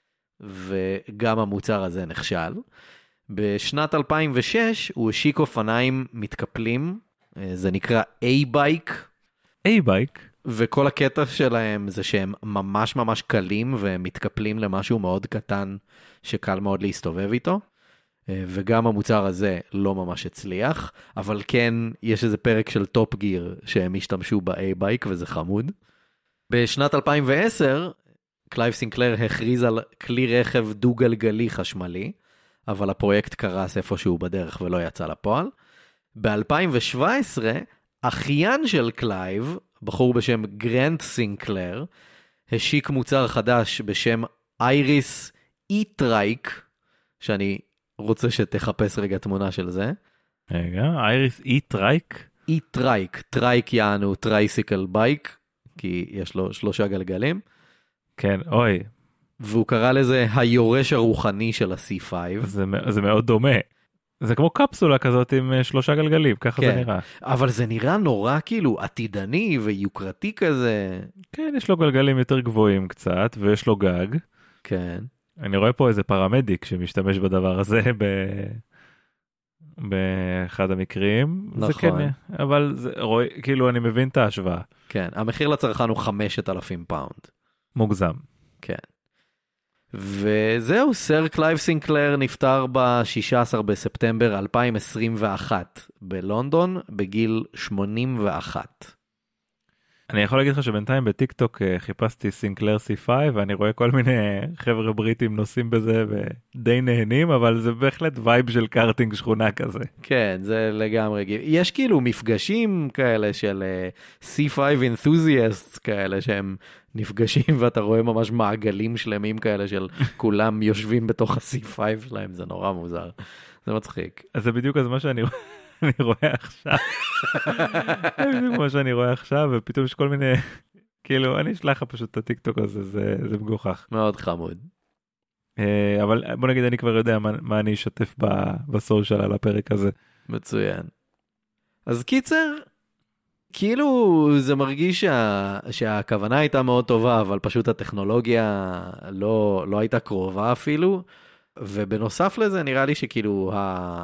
וגם המוצר הזה נכשל. בשנת אלפיים ושש הוא השיק אופניים מתקפלים, זה נקרא A-Bike, A-Bike. וכל הקטע שלהם זה שהם ממש ממש קלים והם מתקפלים למשהו מאוד קטן שקל מאוד להסתובב איתו. וגם המוצר הזה לא ממש הצליח, אבל כן יש איזה פרק של טופ גיר שהם השתמשו ב-A-Bike וזה חמוד. בשנת אלפיים ועשר קלייב סינקלר הכריז על כלי רכב דו-גלגלי חשמלי, אבל הפרויקט קרס איפשהו בדרך ולא יצא לפועל. ב-אלפיים שבע עשרה, אחיין של קלייב, בחור בשם גרנט סינקלר, השיק מוצר חדש בשם אייריס אי-טרייק, שאני רוצה שתחפש רגע תמונה של זה. רגע, אייריס אי-טרייק? אי-טרייק, טרייק יענו טרייסיקל בייק, כי יש לו שלושה גלגלים. כן, אוי. והוא קרא לזה היורש הרוחני של ה-סי פייב. זה, זה מאוד דומה. זה כמו קפסולה כזאת עם שלושה גלגלים, ככה כן, זה נראה. אבל זה נראה נורא כאילו עתידני ויוקרתי כזה. כן, יש לו גלגלים יותר גבוהים קצת, ויש לו גג. כן. אני רואה פה איזה פרמדיק שמשתמש בדבר הזה ב... באחד המקרים. נכון. זה כן, אבל זה, רואי, כאילו אני מבין את ההשוואה. כן, המחיר לצרכן הוא חמשת אלפים פאונד. מוגזם. כן. וזהו, סר קלייב סינקלר נפטר ב-שישה עשר בספטמבר אלפיים עשרים ואחת בלונדון בגיל שמונים ואחת. אני יכול להגיד לך שבינתיים בטיק טוק חיפשתי סינקלר סי פייב ואני רואה כל מיני חבר'ה בריטים נוסעים בזה ודי נהנים, אבל זה בהחלט וייב של קארטינג שכונה כזה. כן, זה לגמרי. יש כאילו מפגשים כאלה של סי פייב enthusiasts כאלה שהם נפגשים ואתה רואה ממש מעגלים שלמים כאלה של כולם יושבים בתוך ה-סי פייב שלהם, זה נורא מוזר. זה מצחיק. אז זה בדיוק אז מה שאני רואה. אני רואה עכשיו, כמו שאני רואה עכשיו, ופתאום יש כל מיני, כאילו, אני אשלח לך פשוט את הטיקטוק הזה, זה, זה מגוחך. מאוד חמוד. אבל בוא נגיד, אני כבר יודע מה, מה אני אשתף בסושיאל על הפרק הזה. מצוין. אז קיצר, כאילו זה מרגיש שה, שהכוונה הייתה מאוד טובה, אבל פשוט הטכנולוגיה לא, לא הייתה קרובה אפילו, ובנוסף לזה נראה לי שכאילו ה...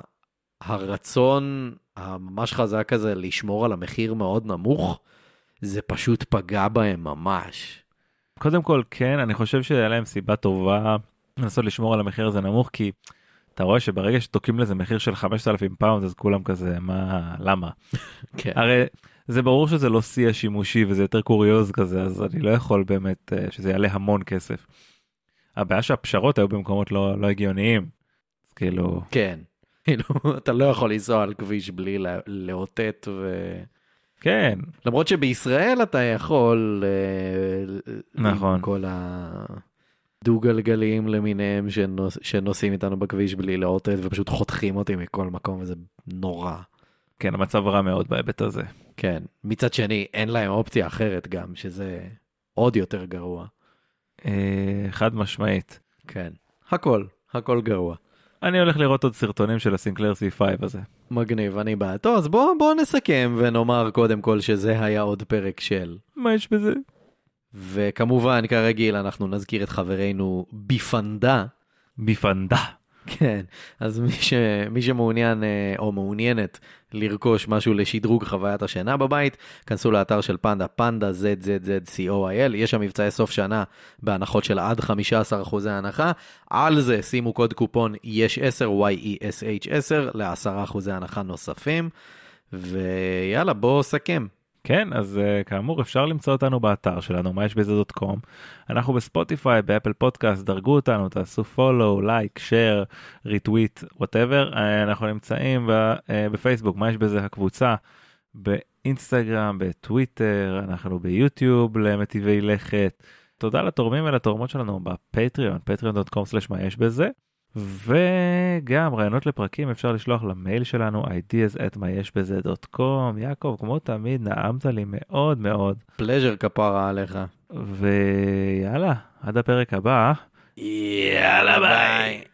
הרצון הממש חזק הזה לשמור על המחיר מאוד נמוך, זה פשוט פגע בהם ממש. קודם כל, כן, אני חושב שהיה להם סיבה טובה לנסות לשמור על המחיר הזה נמוך, כי אתה רואה שברגע שתוקים לזה מחיר של חמשת אלפים פאונד, אז כולם כזה, מה, למה? כן. הרי זה ברור שזה לא שיא השימושי, וזה יותר קוריוז כזה, אז אני לא יכול באמת שזה יעלה המון כסף. הבעיה שהפשרות היו במקומות לא, לא הגיוניים. אז כאילו... כן. כאילו, אתה לא יכול לנסוע על כביש בלי לאותת ו... כן. למרות שבישראל אתה יכול... נכון. עם כל הדו-גלגלים למיניהם שנוס... שנוסעים איתנו בכביש בלי לאותת ופשוט חותכים אותי מכל מקום, וזה נורא. כן, המצב רע מאוד בהיבט הזה. כן. מצד שני, אין להם אופציה אחרת גם, שזה עוד יותר גרוע. חד משמעית. כן. הכל. הכל גרוע. אני הולך לראות עוד סרטונים של הסינקלר סי פייב הזה. מגניב, אני בא. טוב, אז בואו בוא נסכם ונאמר קודם כל שזה היה עוד פרק של... מה יש בזה? וכמובן, כרגיל, אנחנו נזכיר את חברינו ביפנדה. ביפנדה. כן, אז מי, ש... מי שמעוניין או מעוניינת לרכוש משהו לשדרוג חוויית השינה בבית, כנסו לאתר של פנדה, פנדה זד זד זד סי או איי אל, יש שם מבצעי סוף שנה בהנחות של עד חמישה עשר אחוז הנחה, על זה שימו קוד קופון יש עשר, וואי אי אס אייץ' עשר, ל-עשרה אחוז הנחה נוספים, ויאללה, בואו סכם. כן, אז uh, כאמור אפשר למצוא אותנו באתר שלנו, מה יש בזה דוט קום. אנחנו בספוטיפיי, באפל פודקאסט, דרגו אותנו, תעשו פולו, לייק, שייר, ריטוויט, whatever. Uh, אנחנו נמצאים ב, uh, בפייסבוק, מה יש בזה הקבוצה, באינסטגרם, בטוויטר, אנחנו ביוטיוב למטיבי לכת. תודה לתורמים ולתורמות שלנו בפטריון, פטריון דוט קום סלש מה יש בזה. וגם רעיונות לפרקים אפשר לשלוח למייל שלנו ideas at מה יש בזה דוט קום. יעקב, כמו תמיד נעמת לי מאוד מאוד. פלז'ר כפרה עליך. ויאללה, עד הפרק הבא. יאללה ביי.